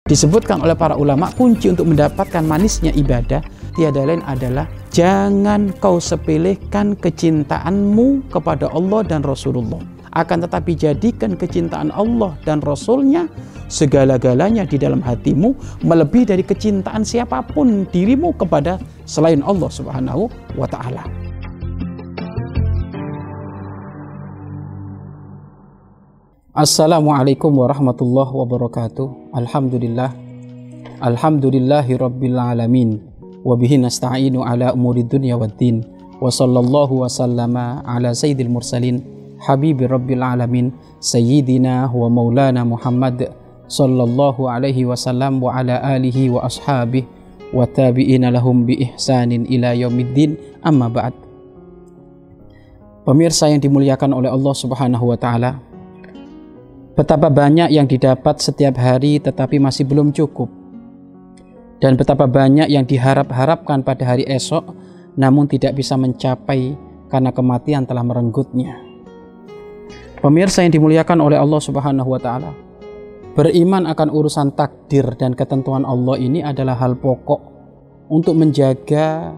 Disebutkan oleh para ulama, kunci untuk mendapatkan manisnya ibadah tiada lain adalah jangan kau sepelekan kecintaanmu kepada Allah dan Rasulullah. Akan tetapi jadikan kecintaan Allah dan Rasulnya segala-galanya di dalam hatimu, melebihi dari kecintaan siapapun dirimu kepada selain Allah Subhanahu wa ta'ala. Assalamualaikum warahmatullahi wabarakatuh. Alhamdulillahi rabbil alamin. Wabihi nasta'inu ala umuri dunya waddin. Wa sallallahu wa sallama ala sayyidil mursalin habibi rabbil alamin sayyidina wa maulana Muhammad sallallahu alaihi wasallam wa ala alihi wa ashabihi wa tabi'ina lahum bi ihsanin ila yaumiddin, amma ba'd. Pemirsa yang dimuliakan oleh Allah Subhanahu wa ta'ala, betapa banyak yang didapat setiap hari tetapi masih belum cukup, dan betapa banyak yang diharap-harapkan pada hari esok namun tidak bisa mencapai karena kematian telah merenggutnya. Pemirsa yang dimuliakan oleh Allah Subhanahu wa ta'ala, beriman akan urusan takdir dan ketentuan Allah ini adalah hal pokok untuk menjaga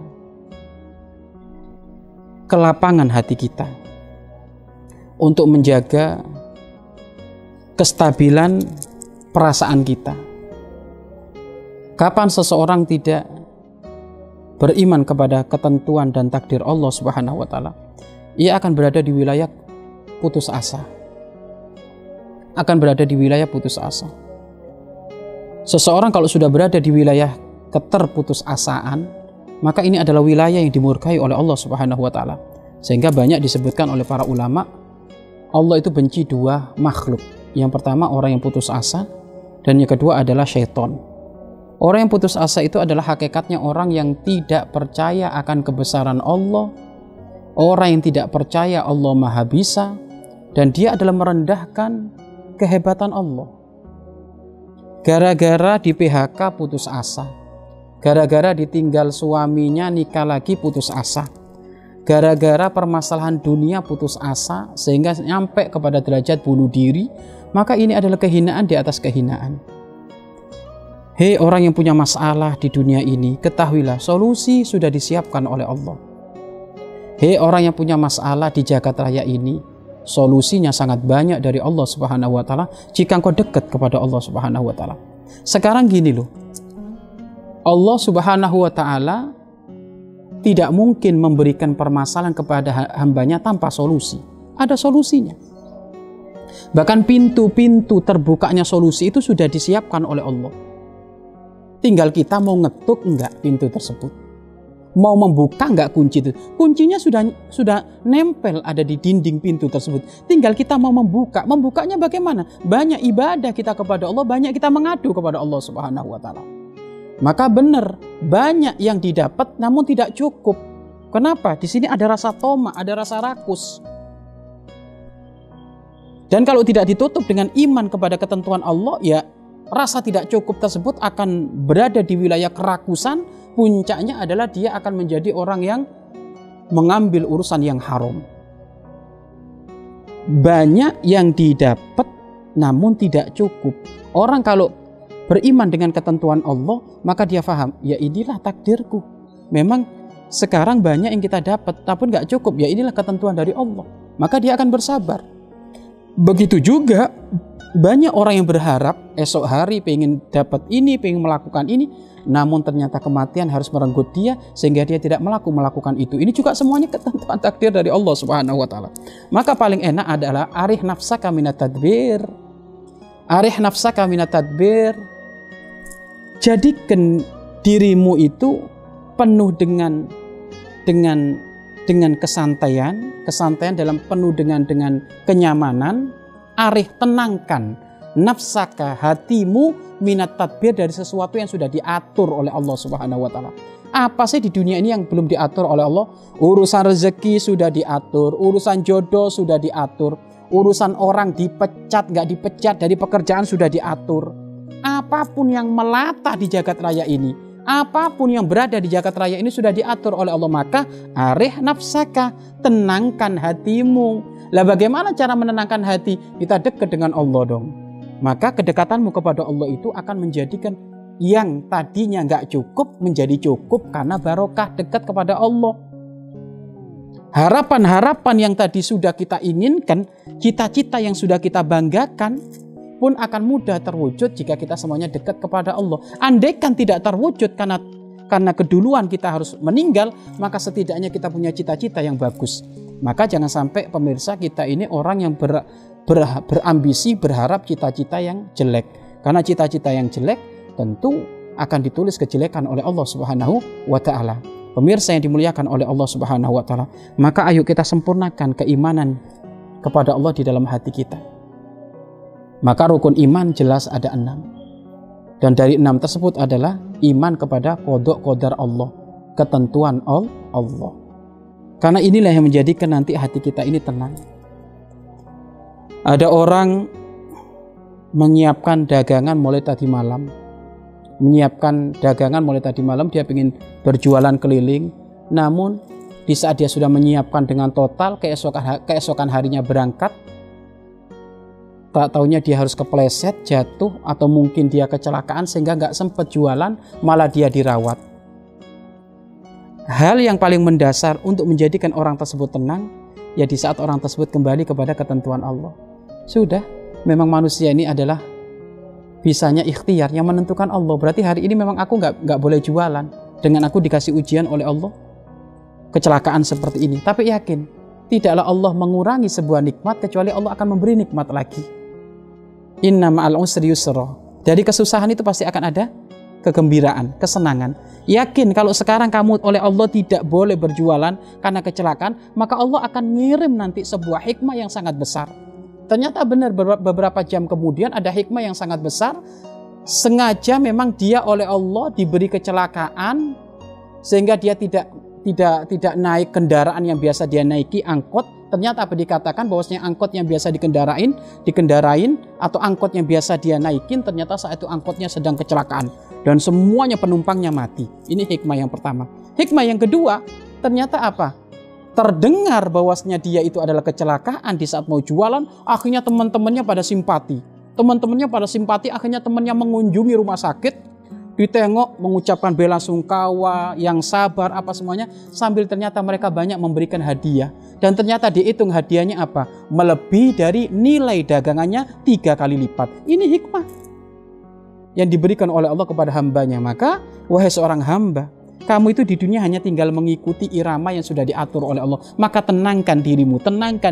kelapangan hati kita, untuk menjaga kestabilan perasaan kita. Kapan seseorang tidak beriman kepada ketentuan dan takdir Allah Subhanahu wa ta'ala, ia akan berada di wilayah putus asa. Seseorang kalau sudah berada di wilayah keterputusasaan, maka ini adalah wilayah yang dimurkai oleh Allah Subhanahu wa ta'ala. Sehingga banyak disebutkan oleh para ulama, Allah itu benci dua makhluk. Yang pertama orang yang putus asa, dan yang kedua adalah syaitan. Orang yang putus asa itu adalah hakikatnya orang yang tidak percaya akan kebesaran Allah, orang yang tidak percaya Allah Maha Bisa, dan dia adalah merendahkan kehebatan Allah. Gara-gara di PHK putus asa, gara-gara ditinggal suaminya nikah lagi putus asa, gara-gara permasalahan dunia putus asa sehingga nyampe kepada derajat bunuh diri, maka ini adalah kehinaan di atas kehinaan. Hei orang yang punya masalah di dunia ini, ketahuilah solusi sudah disiapkan oleh Allah. Hei orang yang punya masalah di jagat raya ini, solusinya sangat banyak dari Allah Subhanahu wa ta'ala jika engkau dekat kepada Allah Subhanahu wa ta'ala. Sekarang gini loh, Allah Subhanahu wa ta'ala tidak mungkin memberikan permasalahan kepada hambanya tanpa solusi. Ada solusinya. Bahkan pintu-pintu terbukanya solusi itu sudah disiapkan oleh Allah. Tinggal kita mau ngetuk enggak pintu tersebut, mau membuka enggak kunci itu. Kuncinya sudah nempel ada di dinding pintu tersebut. Tinggal kita mau membuka. Membukanya bagaimana? Banyak ibadah kita kepada Allah, banyak kita mengadu kepada Allah Subhanahu wa ta'ala. Maka benar, banyak yang didapat namun tidak cukup. Kenapa? Di sini ada rasa toma, ada rasa rakus. Dan kalau tidak ditutup dengan iman kepada ketentuan Allah, ya rasa tidak cukup tersebut akan berada di wilayah kerakusan. Puncaknya adalah dia akan menjadi orang yang mengambil urusan yang haram. Banyak yang didapat namun tidak cukup. Orang kalau beriman dengan ketentuan Allah, maka dia faham, ya inilah takdirku. Memang sekarang banyak yang kita dapat tapi nggak cukup, ya inilah ketentuan dari Allah. Maka dia akan bersabar. Begitu juga banyak orang yang berharap esok hari pengen dapat ini, pengen melakukan ini, namun ternyata kematian harus merenggut dia sehingga dia tidak melakukan itu. Ini juga semuanya ketentuan takdir dari Allah Subhanahu wa ta'ala. Maka paling enak adalah arih nafsaka minat tadbir. Arih nafsaka minat tadbir. Jadikan dirimu itu penuh dengan kesantaian dalam penuh dengan kenyamanan. Arih tenangkan nafsaka, hatimu, minat tadbir, dari sesuatu yang sudah diatur oleh Allah Subhanahu wa ta'ala. Apa sih di dunia ini yang belum diatur oleh Allah? Urusan rezeki sudah diatur, urusan jodoh sudah diatur, urusan orang dipecat gak dipecat dari pekerjaan sudah diatur. Apapun yang melata di jagat raya ini, apapun yang berada di jagat raya ini sudah diatur oleh Allah. Maka arih nafsaka, tenangkan hatimu. Lah bagaimana cara menenangkan hati? Kita dekat dengan Allah dong. maka kedekatanmu kepada Allah itu akan menjadikan yang tadinya nggak cukup menjadi cukup karena barokah dekat kepada Allah. Harapan-harapan yang tadi sudah kita inginkan, cita-cita yang sudah kita banggakan pun akan mudah terwujud jika kita semuanya dekat kepada Allah. Andaikan tidak terwujud karena keduluan kita harus meninggal, maka setidaknya kita punya cita-cita yang bagus. Maka jangan sampai pemirsa kita ini orang yang berambisi berharap cita-cita yang jelek. Karena cita-cita yang jelek tentu akan ditulis kejelekan oleh Allah Subhanahu wa Ta'ala. Pemirsa yang dimuliakan oleh Allah Subhanahu wa Ta'ala, maka ayo kita sempurnakan keimanan kepada Allah di dalam hati kita. Maka rukun iman jelas ada 6. Dan dari 6 tersebut adalah iman kepada qada qadar Allah, ketentuan Allah. Karena inilah yang menjadikan nanti hati kita ini tenang. Ada orang menyiapkan dagangan mulai tadi malam. Dia ingin berjualan keliling. Namun di saat dia sudah menyiapkan dengan total, keesokan harinya berangkat, tak taunya dia harus kepleset, jatuh, atau mungkin dia kecelakaan sehingga nggak sempat jualan, malah dia dirawat. Hal yang paling mendasar untuk menjadikan orang tersebut tenang, ya di saat orang tersebut kembali kepada ketentuan Allah. Sudah, memang manusia ini adalah bisanya ikhtiar yang menentukan Allah. Berarti hari ini memang aku nggak boleh jualan. Dengan aku dikasih ujian oleh Allah, kecelakaan seperti ini. Tapi yakin, tidaklah Allah mengurangi sebuah nikmat kecuali Allah akan memberi nikmat lagi. Inna ma'al usri yusra. Dari kesusahan itu pasti akan ada kegembiraan, kesenangan. Yakin kalau sekarang kamu oleh Allah tidak boleh berjualan karena kecelakaan, maka Allah akan ngirim nanti sebuah hikmah yang sangat besar. Ternyata benar, beberapa jam kemudian ada hikmah yang sangat besar. Sengaja memang dia oleh Allah diberi kecelakaan sehingga dia tidak naik kendaraan yang biasa dia naiki, angkot. Ternyata apa dikatakan bahwasanya angkot yang biasa dikendarain atau angkot yang biasa dia naikin, ternyata saat itu angkotnya sedang kecelakaan dan semuanya penumpangnya mati. Ini hikmah yang pertama. Hikmah yang kedua, ternyata apa? Terdengar bahwasanya dia itu adalah kecelakaan di saat mau jualan, akhirnya teman-temannya pada simpati. Akhirnya temannya mengunjungi rumah sakit, ditengok, mengucapkan bela sungkawa, yang sabar, apa semuanya, sambil ternyata mereka banyak memberikan hadiah. Dan ternyata dihitung hadiahnya apa? Melebihi dari nilai dagangannya 3 kali lipat. Ini hikmah yang diberikan oleh Allah kepada hambanya. Maka, wahai seorang hamba, kamu itu di dunia hanya tinggal mengikuti irama yang sudah diatur oleh Allah. Maka tenangkan dirimu.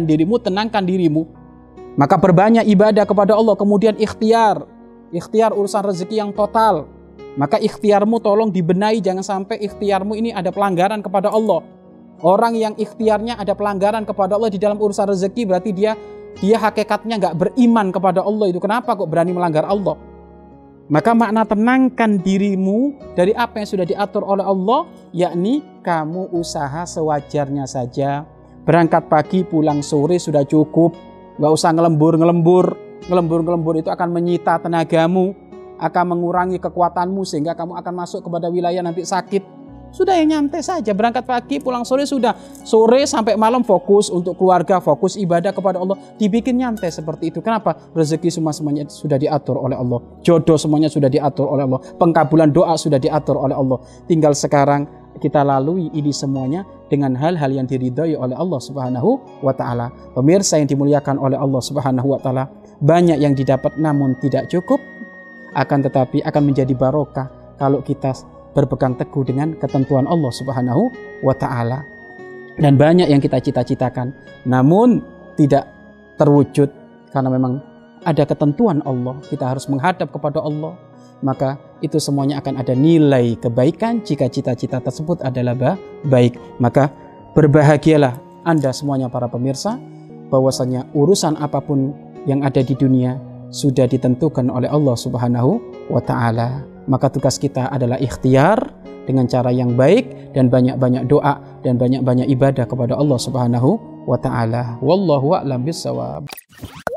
Maka perbanyak ibadah kepada Allah. Kemudian ikhtiar urusan rezeki yang total. Maka ikhtiarmu tolong dibenahi. Jangan sampai ikhtiarmu ini ada pelanggaran kepada Allah. Orang yang ikhtiarnya ada pelanggaran kepada Allah di dalam urusan rezeki, berarti dia hakikatnya nggak beriman kepada Allah. Itu kenapa kok berani melanggar Allah? Maka makna tenangkan dirimu dari apa yang sudah diatur oleh Allah, yakni kamu usaha sewajarnya saja. Berangkat pagi, pulang sore sudah cukup. Nggak usah ngelembur. Ngelembur itu akan menyita tenagamu, akan mengurangi kekuatanmu sehingga kamu akan masuk kepada wilayah nanti sakit. Sudah ya nyantai saja, berangkat pagi, pulang sore sudah. Sore sampai malam fokus untuk keluarga, fokus ibadah kepada Allah. Dibikin nyantai seperti itu. Kenapa? Rezeki semuanya sudah diatur oleh Allah. Jodoh semuanya sudah diatur oleh Allah. Pengkabulan doa sudah diatur oleh Allah. Tinggal sekarang kita lalui ini semuanya dengan hal-hal yang diridhai oleh Allah Subhanahu wa Ta'ala. Pemirsa yang dimuliakan oleh Allah Subhanahu wa Ta'ala, banyak yang didapat namun tidak cukup, akan tetapi akan menjadi barokah kalau kita berpegang teguh dengan ketentuan Allah Subhanahu wa Ta'ala. Dan banyak yang kita cita-citakan namun tidak terwujud karena memang ada ketentuan Allah. Kita harus menghadap kepada Allah. Maka itu semuanya akan ada nilai kebaikan jika cita-cita tersebut adalah baik. Maka berbahagialah Anda semuanya para pemirsa, bahwasanya urusan apapun yang ada di dunia sudah ditentukan oleh Allah Subhanahu wa Ta'ala. Maka tugas kita adalah ikhtiar dengan cara yang baik dan banyak-banyak doa dan banyak-banyak ibadah kepada Allah Subhanahu wa Ta'ala. Wallahu a'lam bishawab.